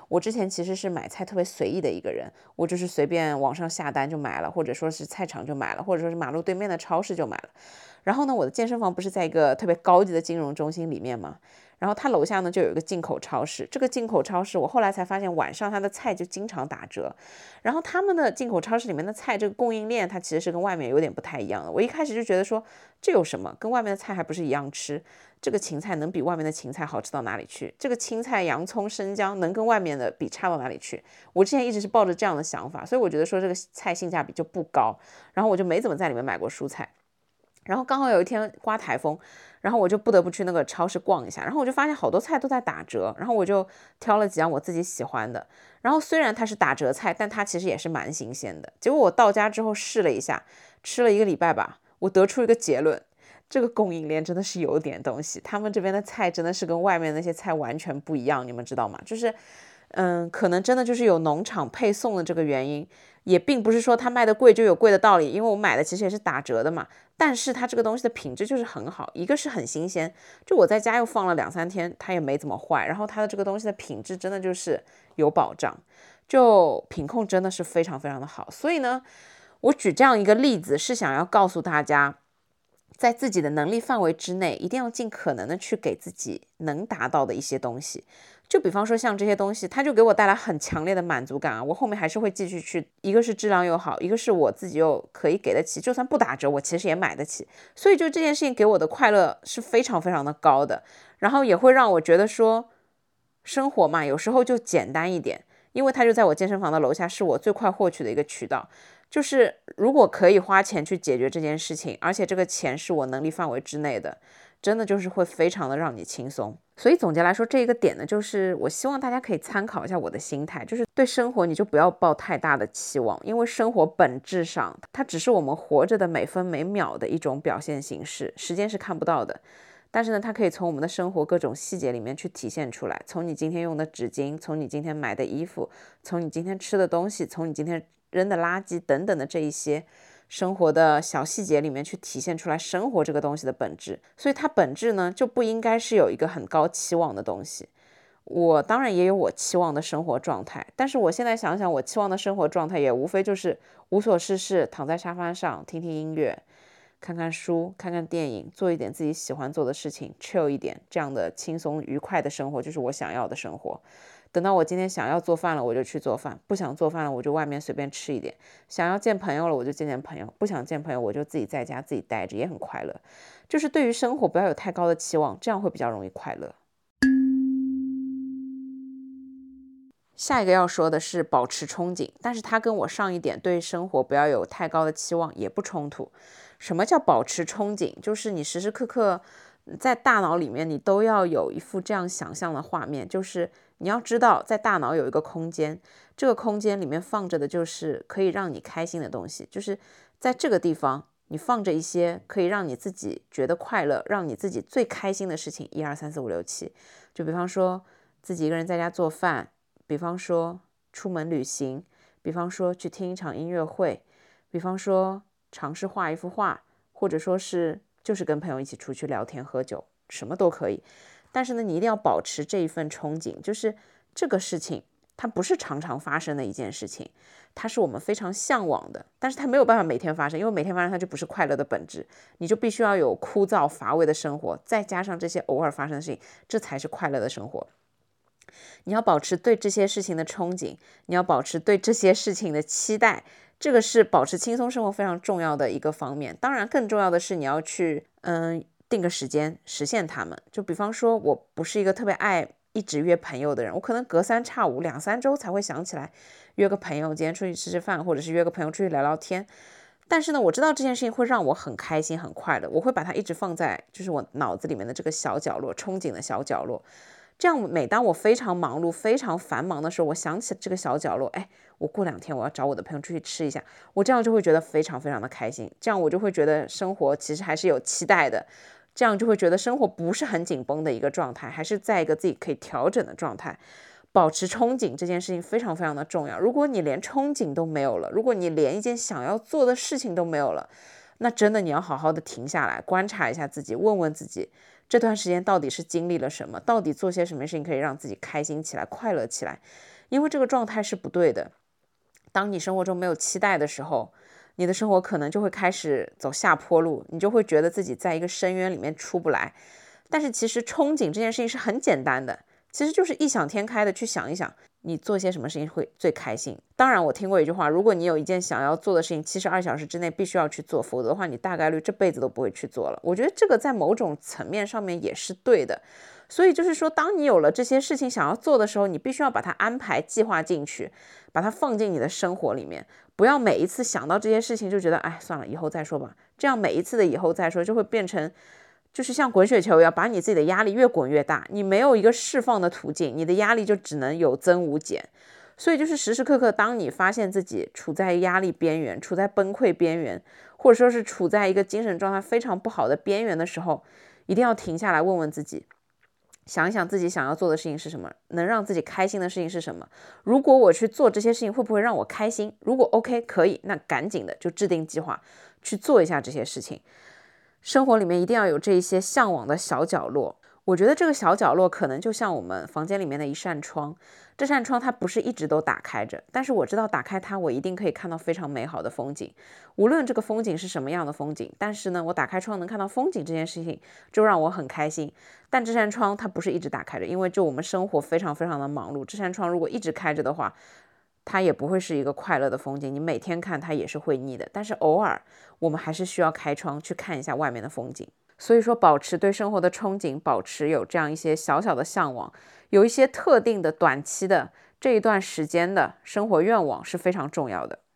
我之前其实是买菜特别随意的一个人，我就是随便网上下单就买了，或者说是菜场就买了，或者说是马路对面的超市就买了。然后呢，我的健身房不是在一个特别高级的金融中心里面吗？然后它楼下呢就有一个进口超市，这个进口超市我后来才发现晚上它的菜就经常打折，然后他们的进口超市里面的菜这个供应链它其实是跟外面有点不太一样的。我一开始就觉得说这有什么，跟外面的菜还不是一样吃，这个芹菜能比外面的芹菜好吃到哪里去？这个青菜、洋葱、生姜能跟外面的比差到哪里去？我之前一直是抱着这样的想法，所以我觉得说这个菜性价比就不高，然后我就没怎么在里面买过蔬菜。然后刚好有一天刮台风，然后我就不得不去那个超市逛一下，然后我就发现好多菜都在打折，然后我就挑了几样我自己喜欢的。然后虽然它是打折菜，但它其实也是蛮新鲜的。结果我到家之后试了一下，吃了1个礼拜吧，我得出一个结论，这个供应链真的是有点东西，他们这边的菜真的是跟外面那些菜完全不一样，你们知道吗？就是可能真的就是有农场配送的这个原因，也并不是说它卖的贵就有贵的道理，因为我买的其实也是打折的嘛。但是它这个东西的品质就是很好，一个是很新鲜，就我在家又放了2-3天，它也没怎么坏，然后它的这个东西的品质真的就是有保障，就品控真的是非常非常的好。所以呢，我举这样一个例子是想要告诉大家，在自己的能力范围之内，一定要尽可能的去给自己能达到的一些东西。就比方说像这些东西，它就给我带来很强烈的满足感啊，我后面还是会继续去，一个是质量又好，一个是我自己又可以给得起，就算不打折我其实也买得起，所以就这件事情给我的快乐是非常非常的高的，然后也会让我觉得说生活嘛有时候就简单一点，因为它就在我健身房的楼下，是我最快获取的一个渠道，就是如果可以花钱去解决这件事情，而且这个钱是我能力范围之内的，真的就是会非常的让你轻松。所以总结来说，这一个点呢，就是我希望大家可以参考一下我的心态，就是对生活你就不要抱太大的期望，因为生活本质上它只是我们活着的每分每秒的一种表现形式，时间是看不到的，但是呢，它可以从我们的生活各种细节里面去体现出来，从你今天用的纸巾，从你今天买的衣服，从你今天吃的东西，从你今天扔的垃圾等等的这一些生活的小细节里面去体现出来生活这个东西的本质，所以它本质呢就不应该是有一个很高期望的东西。我当然也有我期望的生活状态，但是我现在想想，我期望的生活状态也无非就是无所事事，躺在沙发上听听音乐，看看书，看看电影，做一点自己喜欢做的事情 chill 一点，这样的轻松愉快的生活就是我想要的生活。等到我今天想要做饭了，我就去做饭，不想做饭了，我就外面随便吃一点，想要见朋友了，我就见见朋友，不想见朋友，我就自己在家自己待着，也很快乐。就是对于生活不要有太高的期望，这样会比较容易快乐。下一个要说的是保持憧憬，但是它跟我上一点对生活不要有太高的期望也不冲突。什么叫保持憧憬？就是你时时刻刻在大脑里面你都要有一幅这样想象的画面，就是你要知道在大脑有一个空间，这个空间里面放着的就是可以让你开心的东西，就是在这个地方你放着一些可以让你自己觉得快乐，让你自己最开心的事情，1、2、3、4、5、6、7，就比方说自己一个人在家做饭，比方说出门旅行，比方说去听一场音乐会，比方说尝试画一幅画，或者说是就是跟朋友一起出去聊天喝酒，什么都可以。但是呢，你一定要保持这一份憧憬，就是这个事情它不是常常发生的一件事情，它是我们非常向往的，但是它没有办法每天发生，因为每天发生它就不是快乐的本质，你就必须要有枯燥乏味的生活，再加上这些偶尔发生的事情，这才是快乐的生活。你要保持对这些事情的憧憬，你要保持对这些事情的期待，这个是保持轻松生活非常重要的一个方面。当然更重要的是你要去定个时间实现它们。就比方说我不是一个特别爱一直约朋友的人，我可能隔三差五2、3周才会想起来约个朋友今天出去吃吃饭，或者是约个朋友出去聊聊天。但是呢，我知道这件事情会让我很开心很快乐，我会把它一直放在就是我脑子里面的这个小角落，憧憬的小角落。这样每当我非常忙碌非常繁忙的时候，我想起这个小角落，哎，我过2天我要找我的朋友出去吃一下，我这样就会觉得非常非常的开心，这样我就会觉得生活其实还是有期待的，这样就会觉得生活不是很紧绷的一个状态，还是在一个自己可以调整的状态。保持憧憬这件事情非常非常的重要，如果你连憧憬都没有了，如果你连一件想要做的事情都没有了，那真的你要好好的停下来观察一下自己，问问自己这段时间到底是经历了什么，到底做些什么事情可以让自己开心起来快乐起来。 因为这个状态是不对的。当你生活中没有期待的时候，你的生活可能就会开始走下坡路，你就会觉得自己在一个深渊里面出不来。但是其实憧憬这件事情是很简单的，其实就是异想天开的去想一想，你做些什么事情会最开心。当然我听过一句话，如果你有一件想要做的事情72小时之内必须要去做，否则的话你大概率这辈子都不会去做了。我觉得这个在某种层面上面也是对的。所以就是说，当你有了这些事情想要做的时候，你必须要把它安排计划进去，把它放进你的生活里面，不要每一次想到这些事情就觉得哎算了以后再说吧，这样每一次的以后再说就会变成就是像滚雪球一样，把你自己的压力越滚越大，你没有一个释放的途径，你的压力就只能有增无减。所以就是时时刻刻，当你发现自己处在压力边缘，处在崩溃边缘，或者说是处在一个精神状态非常不好的边缘的时候，一定要停下来问问自己，想一想自己想要做的事情是什么，能让自己开心的事情是什么。如果我去做这些事情会不会让我开心，如果 OK 可以，那赶紧的就制定计划去做一下这些事情。生活里面一定要有这一些向往的小角落。我觉得这个小角落可能就像我们房间里面的一扇窗，这扇窗它不是一直都打开着，但是我知道打开它我一定可以看到非常美好的风景，无论这个风景是什么样的风景，但是呢我打开窗能看到风景这件事情就让我很开心。但这扇窗它不是一直打开着，因为就我们生活非常非常的忙碌，这扇窗如果一直开着的话，它也不会是一个快乐的风景，你每天看它也是会腻的，但是偶尔我们还是需要开窗去看一下外面的风景。所以说保持对生活的憧憬，保持有这样一些小小的向往，有一些特定的短期的这一段时间的生活愿望是非常重要的。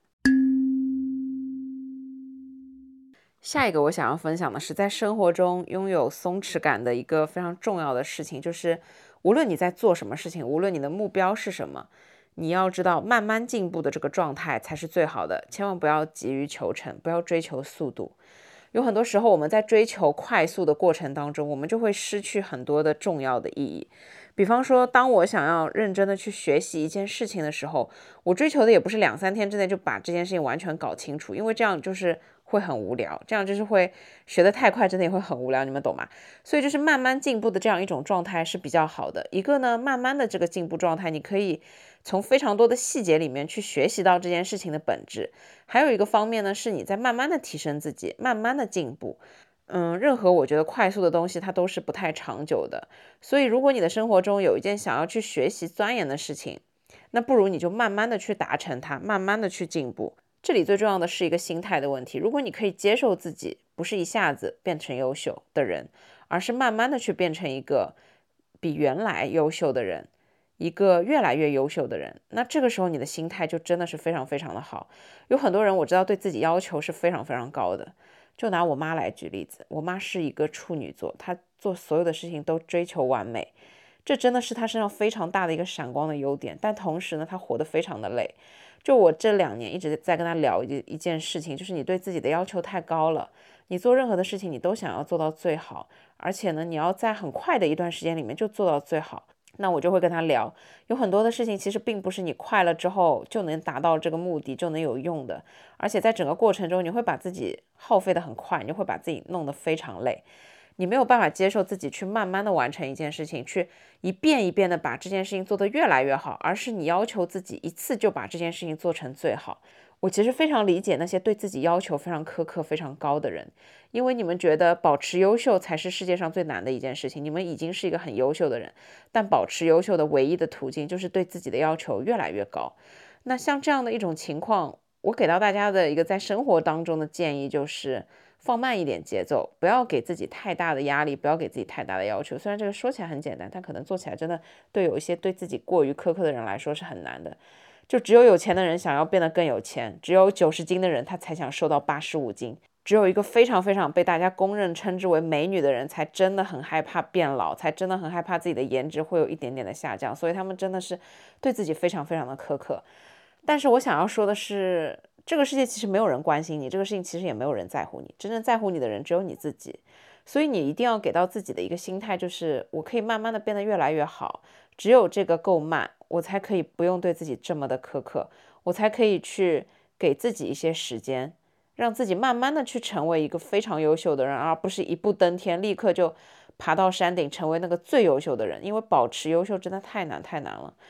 下一个我想要分享的是在生活中拥有松弛感的一个非常重要的事情，就是无论你在做什么事情，无论你的目标是什么，你要知道慢慢进步的这个状态才是最好的，千万不要急于求成，不要追求速度。有很多时候我们在追求快速的过程当中，我们就会失去很多的重要的意义。比方说当我想要认真的去学习一件事情的时候，我追求的也不是2-3天之内就把这件事情完全搞清楚，因为这样就是会很无聊，这样就是会学得太快，真的也会很无聊，你们懂吗？所以就是慢慢进步的这样一种状态是比较好的。一个呢，慢慢的这个进步状态，你可以从非常多的细节里面去学习到这件事情的本质。还有一个方面呢，是你在慢慢的提升自己，慢慢的进步。任何我觉得快速的东西它都是不太长久的，所以如果你的生活中有一件想要去学习钻研的事情，那不如你就慢慢的去达成它，慢慢的去进步。这里最重要的是一个心态的问题，如果你可以接受自己不是一下子变成优秀的人，而是慢慢的去变成一个比原来优秀的人，一个越来越优秀的人，那这个时候你的心态就真的是非常非常的好。有很多人我知道对自己要求是非常非常高的，就拿我妈来举例子，我妈是一个处女座，她做所有的事情都追求完美，这真的是她身上非常大的一个闪光的优点，但同时呢她活得非常的累。就我这2年一直在跟她聊一件事情，就是你对自己的要求太高了，你做任何的事情你都想要做到最好，而且呢你要在很快的一段时间里面就做到最好。那我就会跟他聊，有很多的事情其实并不是你快了之后就能达到这个目的，就能有用的，而且在整个过程中你会把自己耗费的很快，你会把自己弄得非常累，你没有办法接受自己去慢慢的完成一件事情，去一遍一遍的把这件事情做得越来越好，而是你要求自己一次就把这件事情做成最好。我其实非常理解那些对自己要求非常苛刻非常高的人，因为你们觉得保持优秀才是世界上最难的一件事情，你们已经是一个很优秀的人，但保持优秀的唯一的途径就是对自己的要求越来越高。那像这样的一种情况，我给到大家的一个在生活当中的建议就是放慢一点节奏，不要给自己太大的压力，不要给自己太大的要求。虽然这个说起来很简单，但可能做起来真的对有一些对自己过于苛刻的人来说是很难的。就只有有钱的人想要变得更有钱，只有90斤的人他才想瘦到85斤，只有一个非常非常被大家公认称之为美女的人才真的很害怕变老，才真的很害怕自己的颜值会有一点点的下降，所以他们真的是对自己非常非常的苛刻。但是我想要说的是，这个世界其实没有人关心你，这个事情其实也没有人在乎你，真正在乎你的人只有你自己。所以你一定要给到自己的一个心态，就是我可以慢慢的变得越来越好，只有这个够慢，我才可以不用对自己这么的苛刻，我才可以去给自己一些时间，让自己慢慢的去成为一个非常优秀的人，而不是一步登天立刻就爬到山顶成为那个最优秀的人，因为保持优秀真的太难太难了。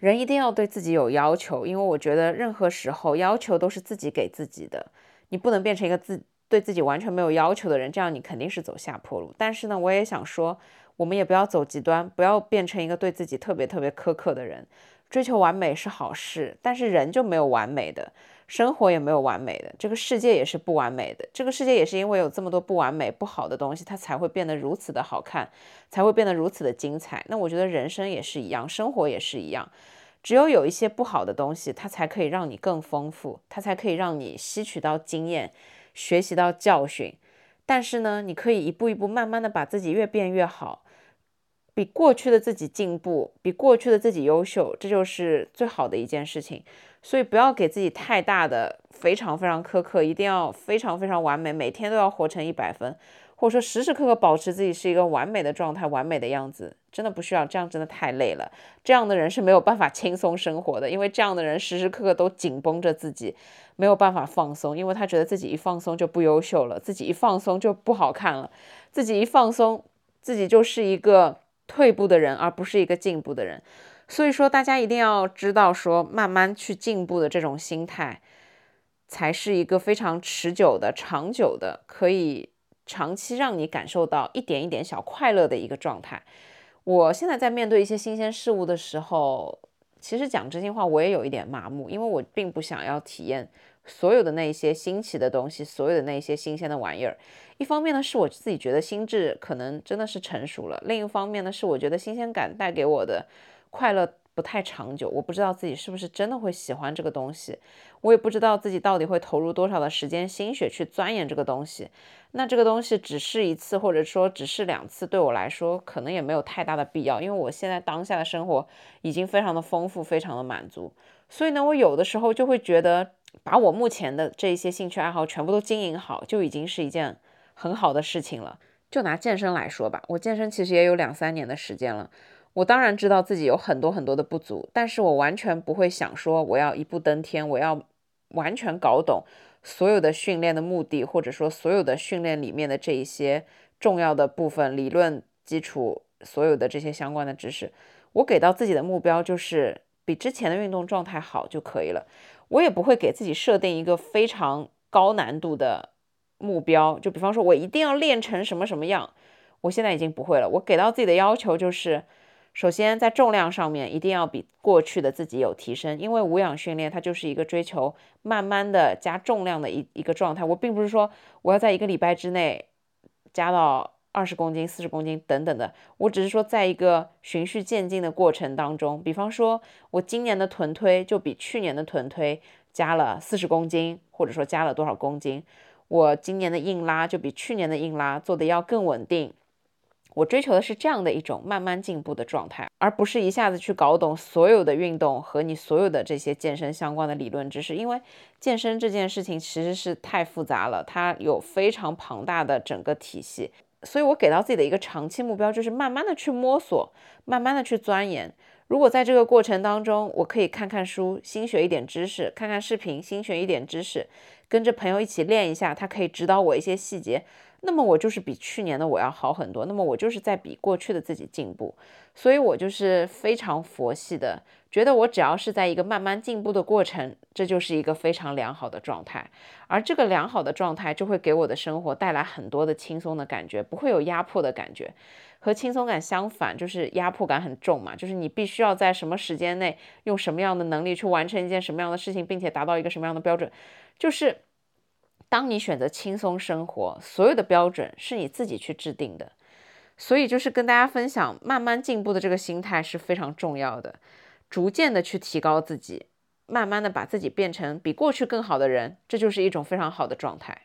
人一定要对自己有要求，因为我觉得任何时候要求都是自己给自己的，你不能变成一个对自己完全没有要求的人，这样你肯定是走下坡路。但是呢，我也想说，我们也不要走极端，不要变成一个对自己特别特别苛刻的人。追求完美是好事，但是人就没有完美的，生活也没有完美的，这个世界也是不完美的。这个世界也是因为有这么多不完美、不好的东西，它才会变得如此的好看，才会变得如此的精彩。那我觉得人生也是一样，生活也是一样。只有有一些不好的东西，它才可以让你更丰富，它才可以让你吸取到经验，学习到教训。但是呢，你可以一步一步慢慢的把自己越变越好，比过去的自己进步，比过去的自己优秀，这就是最好的一件事情。所以不要给自己太大的非常非常苛刻，一定要非常非常完美，每天都要活成100分，或者说时时刻刻保持自己是一个完美的状态，完美的样子，真的不需要，这样真的太累了。这样的人是没有办法轻松生活的，因为这样的人时时刻刻都紧绷着自己，没有办法放松，因为他觉得自己一放松就不优秀了，自己一放松就不好看了，自己一放松，自己就是一个退步的人，而不是一个进步的人。所以说，大家一定要知道说，慢慢去进步的这种心态，才是一个非常持久的、长久的，可以长期让你感受到一点一点小快乐的一个状态。我现在在面对一些新鲜事物的时候，其实讲真心话，我也有一点麻木，因为我并不想要体验所有的那些新奇的东西，所有的那些新鲜的玩意儿。一方面呢，是我自己觉得心智可能真的是成熟了；另一方面呢，是我觉得新鲜感带给我的快乐不太长久。我不知道自己是不是真的会喜欢这个东西，我也不知道自己到底会投入多少的时间心血去钻研这个东西。那这个东西只试一次，或者说只试2次，对我来说可能也没有太大的必要，因为我现在当下的生活已经非常的丰富，非常的满足。所以呢，我有的时候就会觉得，把我目前的这些兴趣爱好全部都经营好，就已经是一件很好的事情了。就拿健身来说吧，我健身其实也有2、3年的时间了。我当然知道自己有很多很多的不足，但是我完全不会想说我要一步登天，我要完全搞懂所有的训练的目的，或者说所有的训练里面的这一些重要的部分、理论基础，所有的这些相关的知识。我给到自己的目标就是比之前的运动状态好就可以了。我也不会给自己设定一个非常高难度的目标，就比方说我一定要练成什么什么样，我现在已经不会了。我给到自己的要求就是，首先在重量上面一定要比过去的自己有提升，因为无氧训练它就是一个追求慢慢的加重量的一个状态。我并不是说我要在1个礼拜之内加到20公斤、40公斤等等的，我只是说在一个循序渐进的过程当中，比方说我今年的臀推就比去年的臀推加了40公斤，或者说加了多少公斤，我今年的硬拉就比去年的硬拉做的要更稳定。我追求的是这样的一种慢慢进步的状态，而不是一下子去搞懂所有的运动和你所有的这些健身相关的理论知识，因为健身这件事情其实是太复杂了，它有非常庞大的整个体系。所以我给到自己的一个长期目标就是慢慢的去摸索，慢慢的去钻研。如果在这个过程当中，我可以看看书，新学一点知识，看看视频，新学一点知识，跟着朋友一起练一下，他可以指导我一些细节，那么我就是比去年的我要好很多，那么我就是在比过去的自己进步。所以我就是非常佛系的，觉得我只要是在一个慢慢进步的过程，这就是一个非常良好的状态。而这个良好的状态就会给我的生活带来很多的轻松的感觉，不会有压迫的感觉。和轻松感相反，就是压迫感很重嘛，就是你必须要在什么时间内用什么样的能力去完成一件什么样的事情，并且达到一个什么样的标准。就是当你选择轻松生活，所有的标准是你自己去制定的。所以就是跟大家分享，慢慢进步的这个心态是非常重要的，逐渐的去提高自己，慢慢的把自己变成比过去更好的人，这就是一种非常好的状态。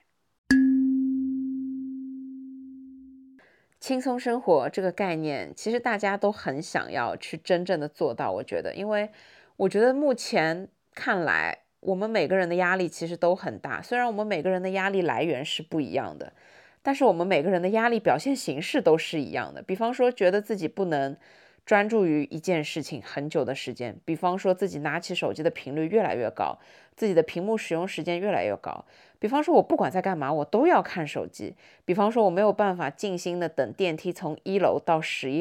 轻松生活这个概念，其实大家都很想要去真正的做到，我觉得，因为我觉得目前看来，我们每个人的压力其实都很大，虽然我们每个人的压力来源是不一样的，但是我们每个人的压力表现形式都是一样的。比方说，觉得自己不能专注于一件事情很久的时间，比方说自己拿起手机的频率越来越高，自己的屏幕使用时间越来越高，比方说我不管在干嘛，我都要看手机，比方说我没有办法静心的等电梯从1楼到11楼，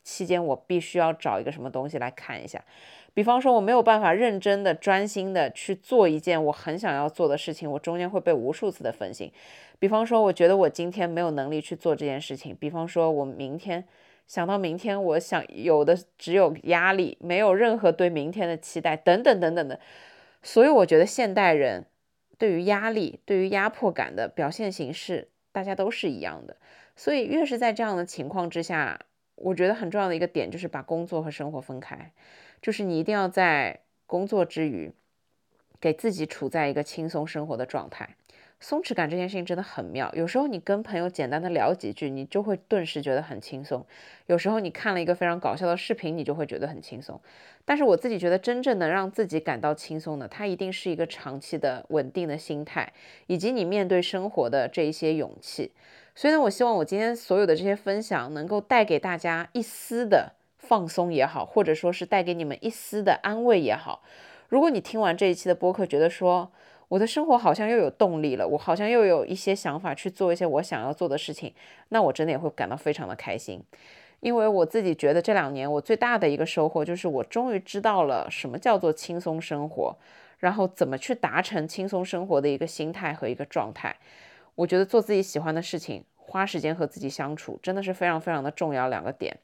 期间我必须要找一个什么东西来看一下。比方说我没有办法认真的专心的去做一件我很想要做的事情，我中间会被无数次的分心。比方说我觉得我今天没有能力去做这件事情，比方说我明天想到明天，我想有的只有压力，没有任何对明天的期待，等等等等的。所以我觉得现代人对于压力、对于压迫感的表现形式，大家都是一样的。所以越是在这样的情况之下，我觉得很重要的一个点就是把工作和生活分开，就是你一定要在工作之余，给自己处在一个轻松生活的状态。松弛感这件事情真的很妙，有时候你跟朋友简单的聊几句，你就会顿时觉得很轻松；有时候你看了一个非常搞笑的视频，你就会觉得很轻松。但是我自己觉得，真正能让自己感到轻松的，它一定是一个长期的稳定的心态，以及你面对生活的这一些勇气。所以呢，我希望我今天所有的这些分享能够带给大家一丝的放松也好，或者说是带给你们一丝的安慰也好。如果你听完这一期的播客，觉得说我的生活好像又有动力了，我好像又有一些想法去做一些我想要做的事情，那我真的也会感到非常的开心。因为我自己觉得这2年我最大的一个收获就是我终于知道了什么叫做轻松生活，然后怎么去达成轻松生活的一个心态和一个状态。我觉得做自己喜欢的事情，花时间和自己相处，真的是非常非常的重要2个点。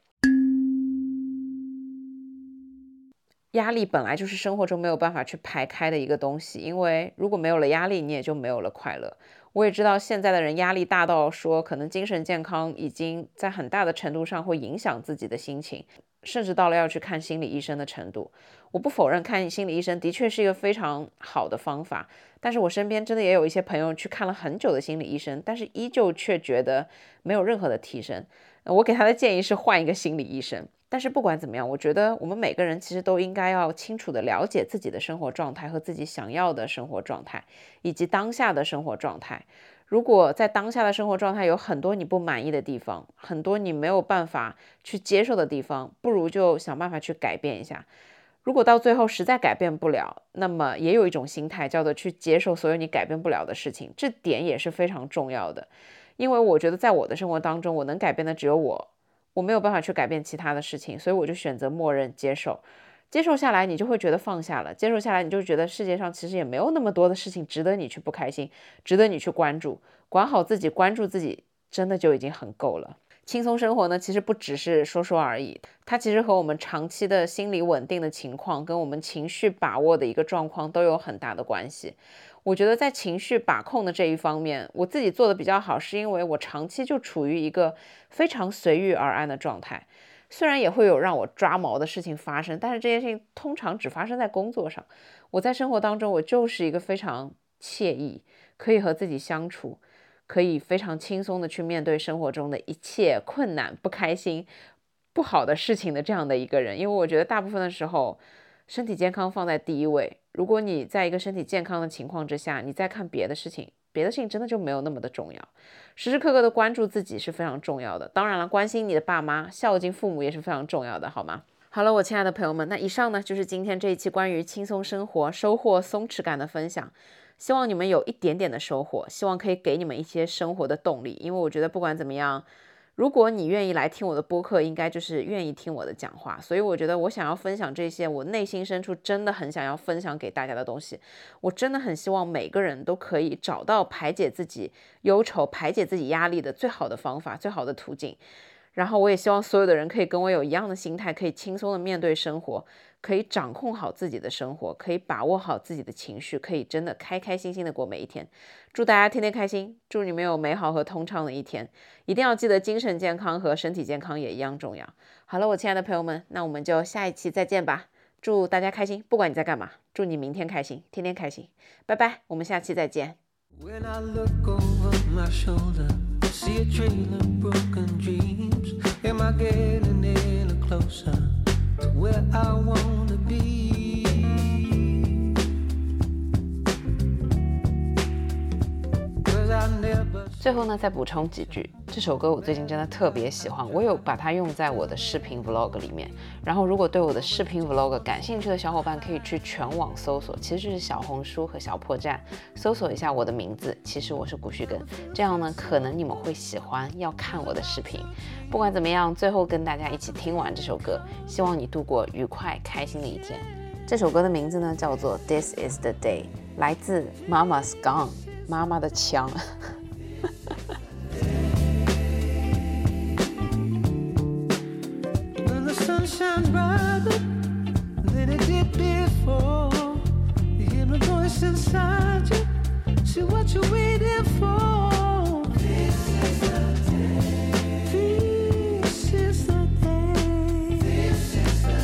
压力本来就是生活中没有办法去排开的一个东西，因为如果没有了压力，你也就没有了快乐。我也知道现在的人压力大到说，可能精神健康已经在很大的程度上会影响自己的心情，甚至到了要去看心理医生的程度。我不否认看心理医生的确是一个非常好的方法，但是我身边真的也有一些朋友去看了很久的心理医生，但是依旧却觉得没有任何的提升。我给他的建议是换一个心理医生。但是不管怎么样，我觉得我们每个人其实都应该要清楚的了解自己的生活状态和自己想要的生活状态，以及当下的生活状态。如果在当下的生活状态有很多你不满意的地方，很多你没有办法去接受的地方，不如就想办法去改变一下。如果到最后实在改变不了，那么也有一种心态叫做去接受所有你改变不了的事情，这点也是非常重要的。因为我觉得在我的生活当中，我能改变的只有我没有办法去改变其他的事情，所以我就选择默认接受。接受下来，你就会觉得放下了；接受下来，你就觉得世界上其实也没有那么多的事情值得你去不开心，值得你去关注。管好自己，关注自己，真的就已经很够了。轻松生活呢，其实不只是说说而已，它其实和我们长期的心理稳定的情况，跟我们情绪把握的一个状况都有很大的关系。我觉得在情绪把控的这一方面，我自己做的比较好，是因为我长期就处于一个非常随遇而安的状态。虽然也会有让我抓毛的事情发生，但是这件事情通常只发生在工作上。我在生活当中，我就是一个非常惬意，可以和自己相处，可以非常轻松的去面对生活中的一切困难、不开心、不好的事情的这样的一个人。因为我觉得大部分的时候，身体健康放在第一位。如果你在一个身体健康的情况之下，你再看别的事情，别的事情真的就没有那么的重要。时时刻刻的关注自己是非常重要的，当然了，关心你的爸妈，孝敬父母也是非常重要的，好吗？好了，我亲爱的朋友们，那以上呢就是今天这一期关于轻松生活、收获松弛感的分享。希望你们有一点点的收获，希望可以给你们一些生活的动力。因为我觉得不管怎么样，如果你愿意来听我的播客，应该就是愿意听我的讲话。所以我觉得我想要分享这些我内心深处真的很想要分享给大家的东西。我真的很希望每个人都可以找到排解自己忧愁、排解自己压力的最好的方法、最好的途径。然后我也希望所有的人可以跟我有一样的心态，可以轻松的面对生活，可以掌控好自己的生活，可以把握好自己的情绪，可以真的开开心心的过每一天。祝大家天天开心，祝你们有美好和通畅的一天。一定要记得精神健康和身体健康也一样重要。好了，我亲爱的朋友们，那我们就下一期再见吧。祝大家开心，不管你在干嘛，祝你明天开心，天天开心。拜拜，我们下期再见。When I look over my shoulder, see a trail of broken dreams. Am I getting any closer to where I wanna be? Cause I never 最后呢，再补充几句，这首歌我最近真的特别喜欢，我有把它用在我的视频 vlog 里面。然后如果对我的视频 vlog 感兴趣的小伙伴，可以去全网搜索，其实就是小红书和小破站搜索一下我的名字，其实我是古旭根，这样呢，可能你们会喜欢要看我的视频。不管怎么样，最后跟大家一起听完这首歌，希望你度过愉快开心的一天。这首歌的名字呢叫做 This is the Day， 来自 Mama's Gun， 妈妈的枪。 Shine brighter than it did before. You hear a voice inside you. See what you're waiting for. This is the day. This is the day. This is the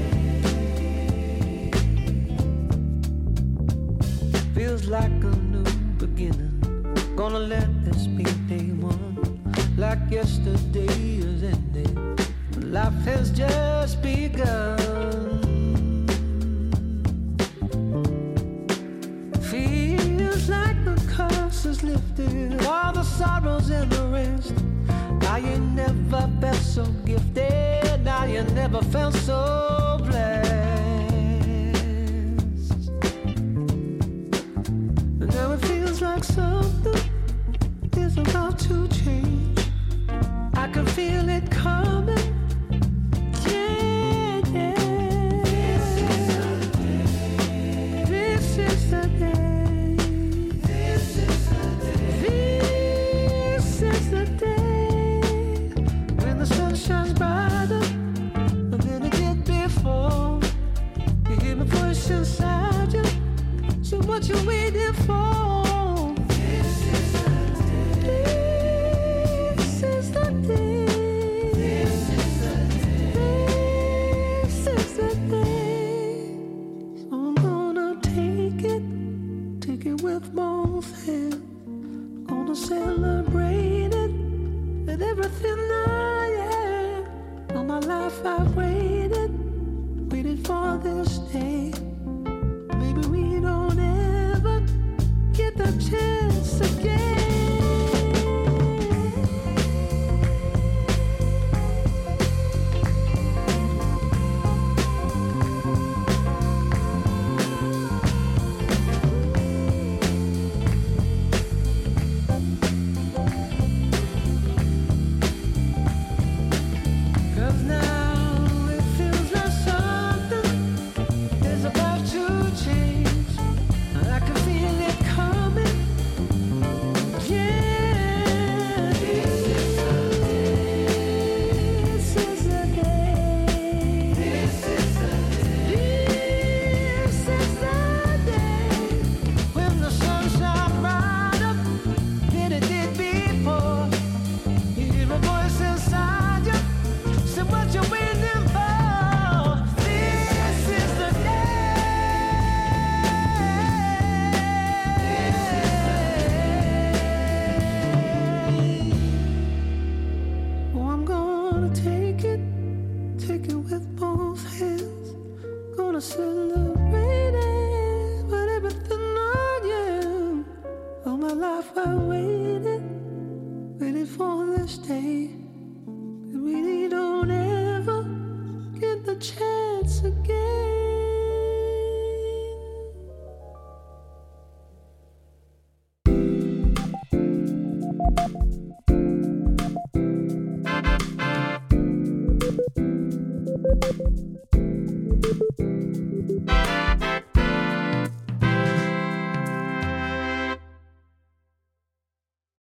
day. Feels like a new beginning. Gonna let this be day one. Like yesterday is ending. Life has just begun. Feels like the curse is lifted, all the sorrows and the rest. Now you never felt so gifted, now you never felt so blessed. And now it feels like something is about to change. I can feel it coming. What you waiting for? This is the day. This is the day. This is the day. This is the day. So I'm gonna take it with both hands. Gonna celebrate it with everything I am. All my life I've